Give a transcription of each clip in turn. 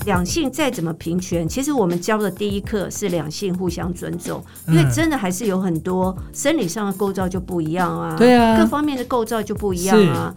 两性再怎么平权，其实我们教的第一课是两性互相尊重，因为真的还是有很多生理上的构造就不一样啊， 对啊， 各方面的构造就不一样啊。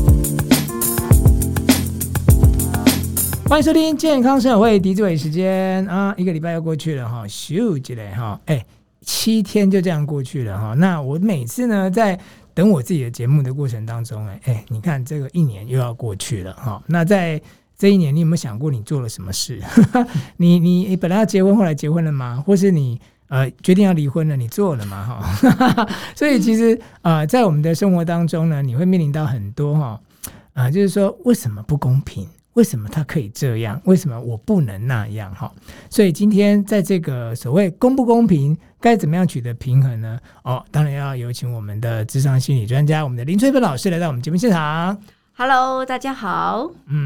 欢迎收听健康生活会狄志伟时间啊，一个礼拜又过去了哈，咻起来哈，7天就这样过去了哈。那我每次呢，在等我自己的节目的过程当中，你看这个1年又要过去了哈。那在这1年，你有没有想过你做了什么事？你本来要结婚，后来结婚了吗？或是你决定要离婚了，你做了吗？哈，所以其实在我们的生活当中呢，你会面临到很多哈就是说为什么不公平？为什么他可以这样？为什么我不能那样？所以今天在这个所谓公不公平，该怎么样取得平衡呢？当然要有请我们的諮商心理专家，我们的林萃芬老师来到我们节目现场。 Hello， 大家好。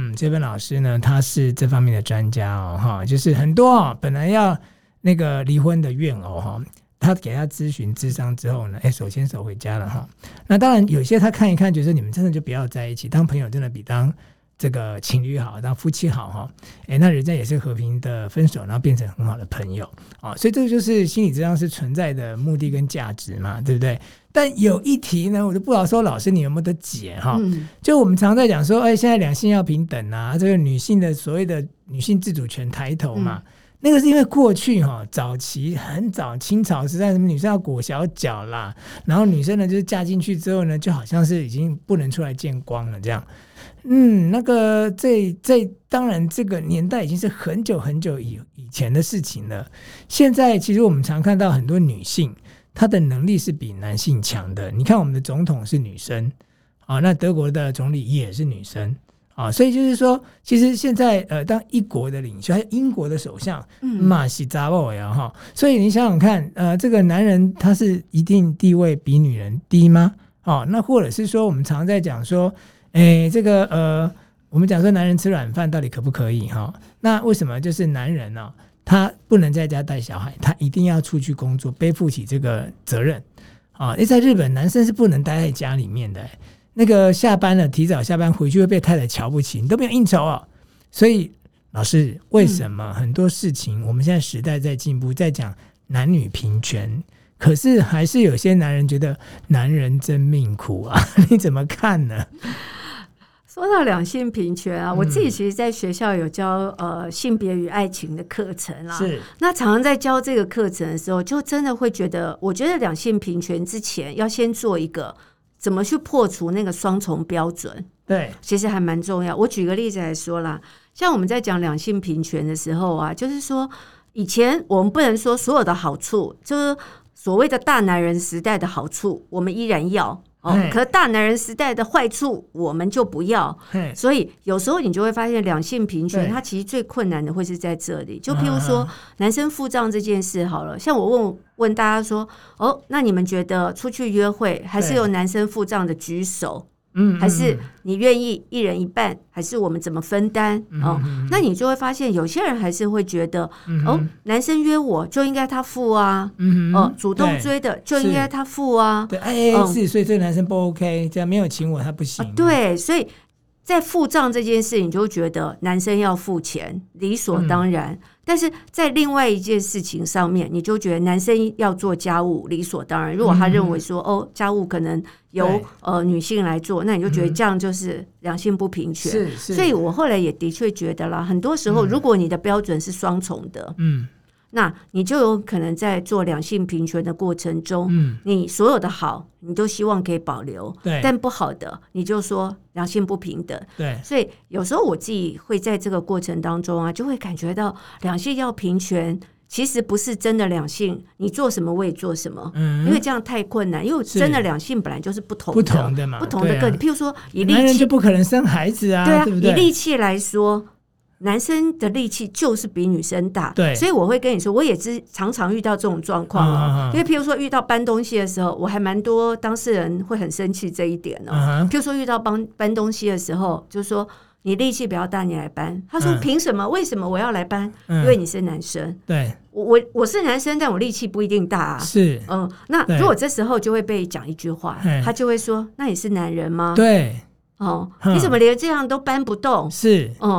说到两性平权我自己其实在学校有教性别与爱情的课程啦。 是， 那常常在教这个课程的时候，就真的会觉得，我觉得两性平权之前要先做一个怎么去破除那个双重标准， 对， 其实还蛮重要。我举个例子来说啦，像我们在讲两性平权的时候就是说以前我们不能说所有的好处，就是所谓的大男人时代的好处我们依然要可是大男人时代的坏处我们就不要。所以有时候你就会发现两性平权它其实最困难的会是在这里。就譬如说男生付账这件事好了，像我问大家说那你们觉得出去约会还是由男生付账的举手，还是你愿意一人一半，还是我们怎么分担那你就会发现有些人还是会觉得男生约我就应该他付啊主动追的就应该他付啊， 对，AA4所以这个男生不 OK， 这样没有请我他不行对，所以在付账这件事你就觉得男生要付钱理所当然但是在另外一件事情上面你就觉得男生要做家务理所当然。如果他认为说家务可能由女性来做，那你就觉得这样就是两性不平权所以我后来也的确觉得啦，很多时候如果你的标准是双重的那你就有可能在做两性平权的过程中你所有的好你都希望可以保留，但不好的你就说两性不平等。 对， 所以有时候我自己会在这个过程当中就会感觉到两性要平权其实不是真的两性你做什么我也做什么因为这样太困难，因为真的两性本来就是不同的嘛，不同的个体譬如说以力气， 男人就不可能生孩子对不对？ 以力气来说男生的力气就是比女生大， 对， 所以我会跟你说，我也常常遇到这种状况因为譬如说遇到搬东西的时候，我还蛮多当事人会很生气这一点譬如说遇到搬东西的时候，就是说你力气比较大，你来搬。他说凭什么？为什么我要来搬？因为你是男生。 对， 我是男生，但我力气不一定大是， 那如果这时候就会被讲一句话，他就会说：“那你是男人吗？” 对， 你怎么连这样都搬不动？ 是，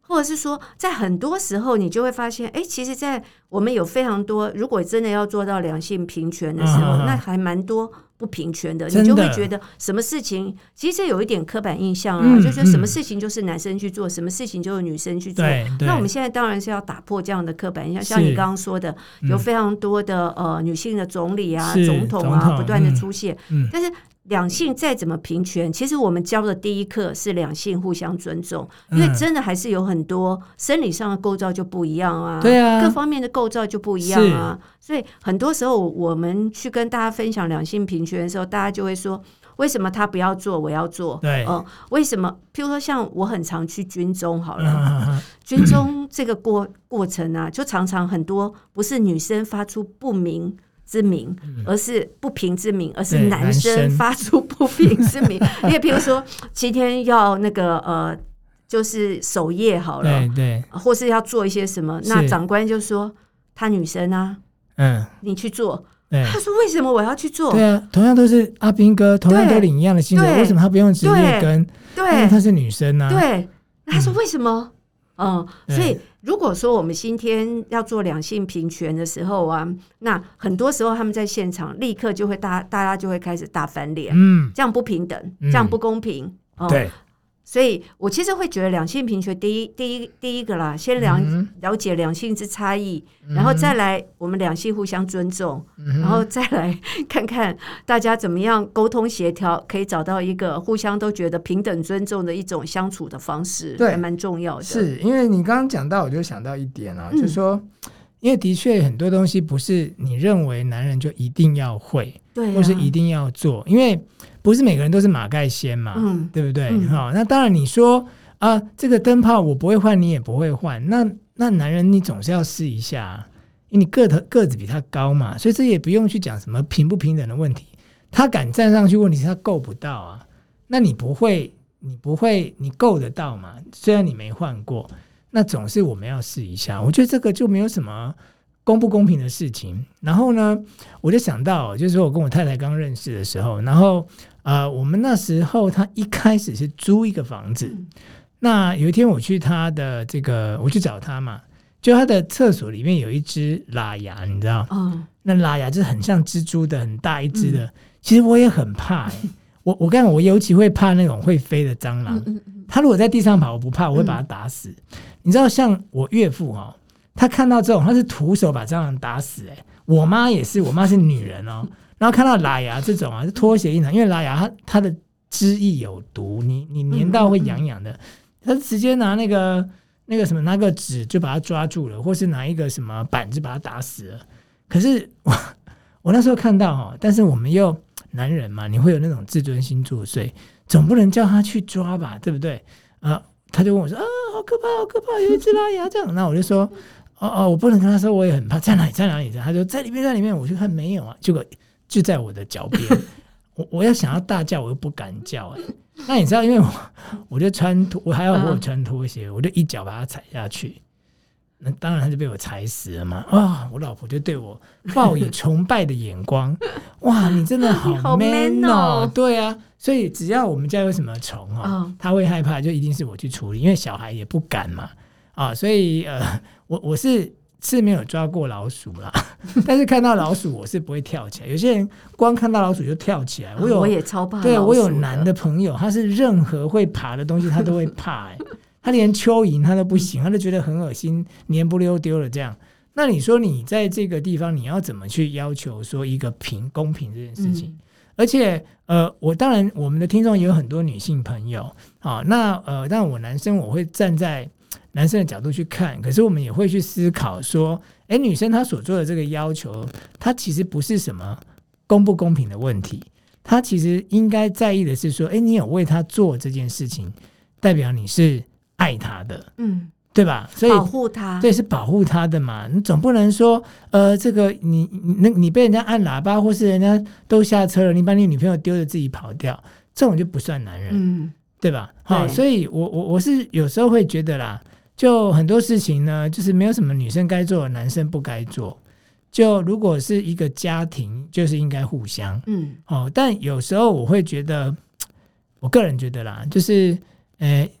或者是说在很多时候你就会发现其实在我们有非常多，如果真的要做到两性平权的时候，那还蛮多不平权的，你就会觉得什么事情其实这有一点刻板印象啊，就是什么事情就是男生去做，什么事情就是女生去做。那我们现在当然是要打破这样的刻板印象，像你刚刚说的，有非常多的女性的总理啊、总统啊不断的出现，但是两性再怎么平权，其实我们教的第一课是两性互相尊重，因为真的还是有很多生理上的构造就不一样啊， 对啊， 各方面的构造就不一样啊，所以很多时候我们去跟大家分享两性平权的时候，大家就会说为什么他不要做我要做？ 对， 为什么？譬如说像我很常去军中好了，军中这个过程啊，就常常很多不是女生发出不明之名，而是不平之名，而是男生发出不平之名。因为比如说今天要那个就是守夜好了，对，或是要做一些什么，那长官就说他女生啊，你去做。他说为什么我要去做？ 对啊，同样都是阿兵哥，同样都领一样的薪水，为什么他不用职业跟？对，因为他是女生啊。 对，他说为什么？所以如果说我们今天要做两性平权的时候啊，那很多时候他们在现场立刻就会大家就会开始大翻脸，这样不平等，这样不公平，对。所以我其实会觉得两性平权第一个啦，先了解两性之差异，然后再来我们两性互相尊重，然后再来看看大家怎么样沟通协调，可以找到一个互相都觉得平等尊重的一种相处的方式，还蛮重要的。 是因为你刚刚讲到，我就想到一点啊，就是说，因为的确很多东西不是你认为男人就一定要会，对，或是一定要做，因为不是每个人都是马盖先嘛，对不对？那当然你说啊，这个灯泡我不会换，你也不会换，那男人你总是要试一下，因为你个子比他高嘛，所以这也不用去讲什么平不平等的问题。他敢站上去，问题是他够不到啊。那你不会，你够得到嘛？虽然你没换过，那总是我们要试一下。我觉得这个就没有什么公不公平的事情。然后呢，我就想到，就是说我跟我太太刚认识的时候，然后我们那时候她一开始是租一个房子，那有一天我去她的我去找她嘛，就她的厕所里面有一只喇牙，你知道？那喇牙就是很像蜘蛛的，很大一只的。其实我也很怕我尤其会怕那种会飞的蟑螂。他如果在地上跑，我不怕，我会把它打死。你知道，像我岳父他看到这种，他是徒手把蟑螂打死。我妈也是，我妈是女人然后看到喇牙这种是拖鞋印堂，因为喇牙它的汁液有毒，你粘到会痒痒的。他直接拿那个什么，拿个纸就把它抓住了，或是拿一个什么板子把它打死了。可是我那时候看到但是我们又男人嘛，你会有那种自尊心作祟，总不能叫他去抓吧，对不对？他就问我说好可怕好可怕，有一只喇牙这样。那我就说我不能跟他说，我也很怕，在哪里在哪里。他说在里面，我就看没有啊，结果就在我的脚边。我要想要大叫，我又不敢叫。那你知道，因为我就我还要我穿拖鞋，我就一脚把它踩下去。那当然他就被我踩死了嘛！我老婆就对我报以崇拜的眼光。哇，你真的好 man 哦！对啊，所以只要我们家有什么虫他会害怕，就一定是我去处理，因为小孩也不敢嘛。所以我是没有抓过老鼠啦，但是看到老鼠我是不会跳起来。有些人光看到老鼠就跳起来， 我也超怕老鼠的。 对，我有男的朋友，他是任何会爬的东西他都会怕。他连蚯蚓他都不行，他都觉得很恶心，黏不溜丢了这样。那你说你在这个地方你要怎么去要求说一个公平这件事情？而且当然我们的听众也有很多女性朋友那当然我男生我会站在男生的角度去看，可是我们也会去思考说女生她所做的这个要求，她其实不是什么公不公平的问题，她其实应该在意的是说你有为她做这件事情，代表你是爱他的，对吧？所以保护他， 对，是保护他的嘛。你总不能说，这个你被人家按喇叭，或是人家都下车了，你把你女朋友丢着自己跑掉，这种就不算男人，对吧？所以我是有时候会觉得啦，就很多事情呢，就是没有什么女生该做的，男生不该做。就如果是一个家庭，就是应该互相，但有时候我会觉得，我个人觉得啦，就是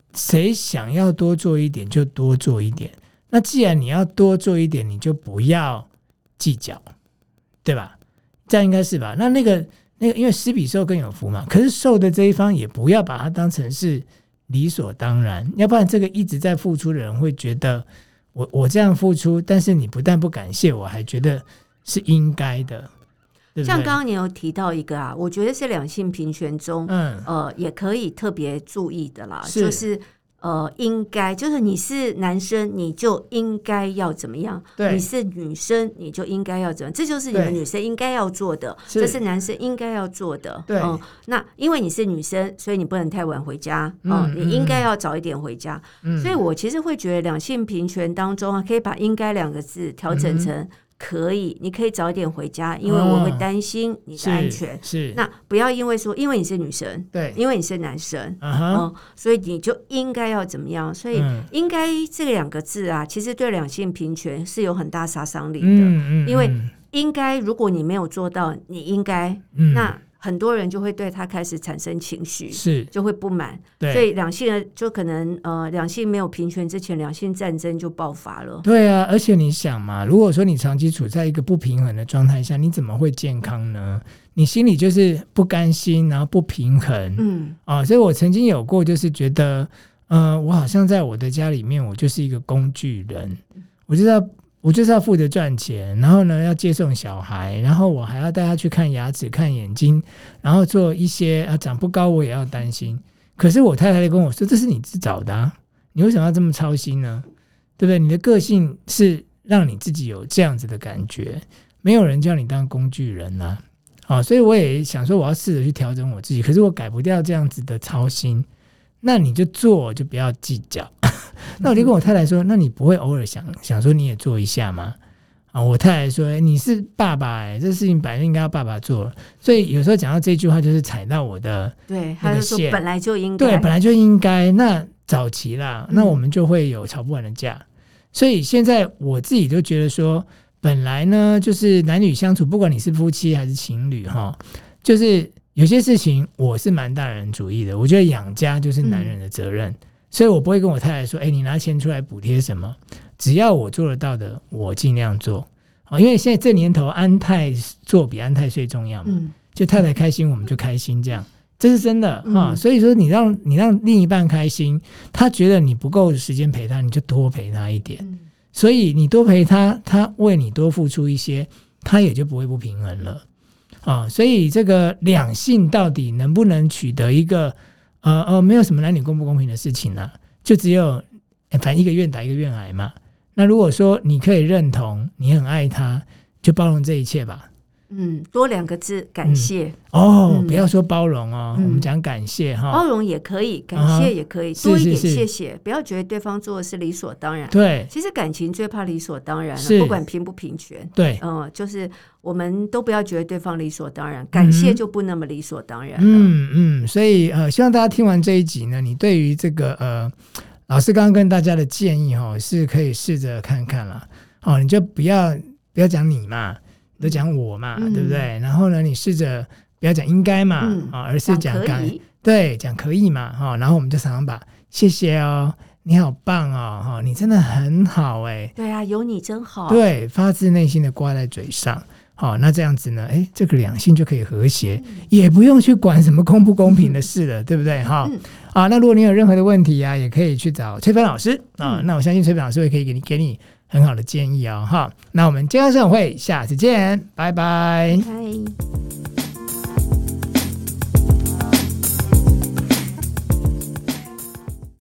谁想要多做一点就多做一点，那既然你要多做一点，你就不要计较，对吧？这样应该是吧？那个因为施比受更有福嘛，可是受的这一方也不要把它当成是理所当然，要不然这个一直在付出的人会觉得我这样付出，但是你不但不感谢我，还觉得是应该的，对不对？ 像刚刚你有提到一个啊，我觉得是两性平权中，也可以特别注意的啦，就是应该，就是你是男生你就应该要怎么样，你是女生你就应该要怎么样，这就是你们女生应该要做的，这是男生应该要做的。对，那因为你是女生，所以你不能太晚回家，你应该要早一点回家。所以我其实会觉得两性平权当中啊，可以把应该两个字调整成可以，你可以早一点回家，因为我会担心你的安全。是，那不要因为说，因为你是女生，对，因为你是男生，所以你就应该要怎么样？所以“应该”这两个字啊，其实对两性平权是有很大杀伤力的。因为应该，如果你没有做到，你应该，那很多人就会对他开始产生情绪，是就会不满，所以两性就可能两性没有平权之前，两性战争就爆发了。对啊，而且你想嘛，如果说你长期处在一个不平衡的状态下，你怎么会健康呢？你心里就是不甘心，然后不平衡，所以我曾经有过，就是觉得，我好像在我的家里面，我就是一个工具人，我就是要负责赚钱，然后呢要接送小孩，然后我还要带他去看牙齿看眼睛，然后做一些长不高我也要担心。可是我太太就跟我说，这是你自找的啊，你为什么要这么操心呢？对不对？你的个性是让你自己有这样子的感觉，没有人叫你当工具人啊。所以我也想说我要试着去调整我自己，可是我改不掉这样子的操心，那你就做，就不要计较。那我就跟我太太说，那你不会偶尔想说你也做一下吗？我太太说，你是爸爸这事情本来应该要爸爸做，所以有时候讲到这句话就是踩到我的对，他就说本来就应该，对，本来就应该。那早期啦，那我们就会有吵不完的架，所以现在我自己就觉得说，本来呢就是男女相处，不管你是夫妻还是情侣就是有些事情我是蛮大人主义的，我觉得养家就是男人的责任。所以我不会跟我太太说，你拿钱出来补贴什么，只要我做得到的我尽量做，因为现在这年头安泰做比安泰税重要嘛，就太太开心我们就开心，这是真的所以说你让另一半开心，他觉得你不够时间陪他，你就多陪他一点，所以你多陪他，他为你多付出一些，他也就不会不平衡了所以这个两性到底能不能取得一个没有什么男女公不公平的事情就只有反正一个愿打一个愿挨嘛。那如果说你可以认同你很爱他，就包容这一切吧。多两个字，感谢不要说包容我们讲感谢包容也可以，感谢也可以，多一点谢谢，不要觉得对方做的是理所当然。对，其实感情最怕理所当然不管平不平权。对，就是我们都不要觉得对方理所当然，感谢就不那么理所当然了。所以希望大家听完这一集呢，你对于这个老师刚刚跟大家的建议是可以试着看看啦。你就不要讲你嘛，都讲我嘛，对不对？然后呢，你试着不要讲应该嘛，而是讲可以，对，讲可以嘛，然后我们就常常把谢谢你好棒你真的很好对啊，有你真好，对，发自内心的挂在嘴上。那这样子呢，这个两性就可以和谐，也不用去管什么公不公平的事了，对不对？那如果你有任何的问题也可以去找翠芬老师那我相信翠芬老师会可以给你很好的建议那我们健康生活会下次见，拜拜。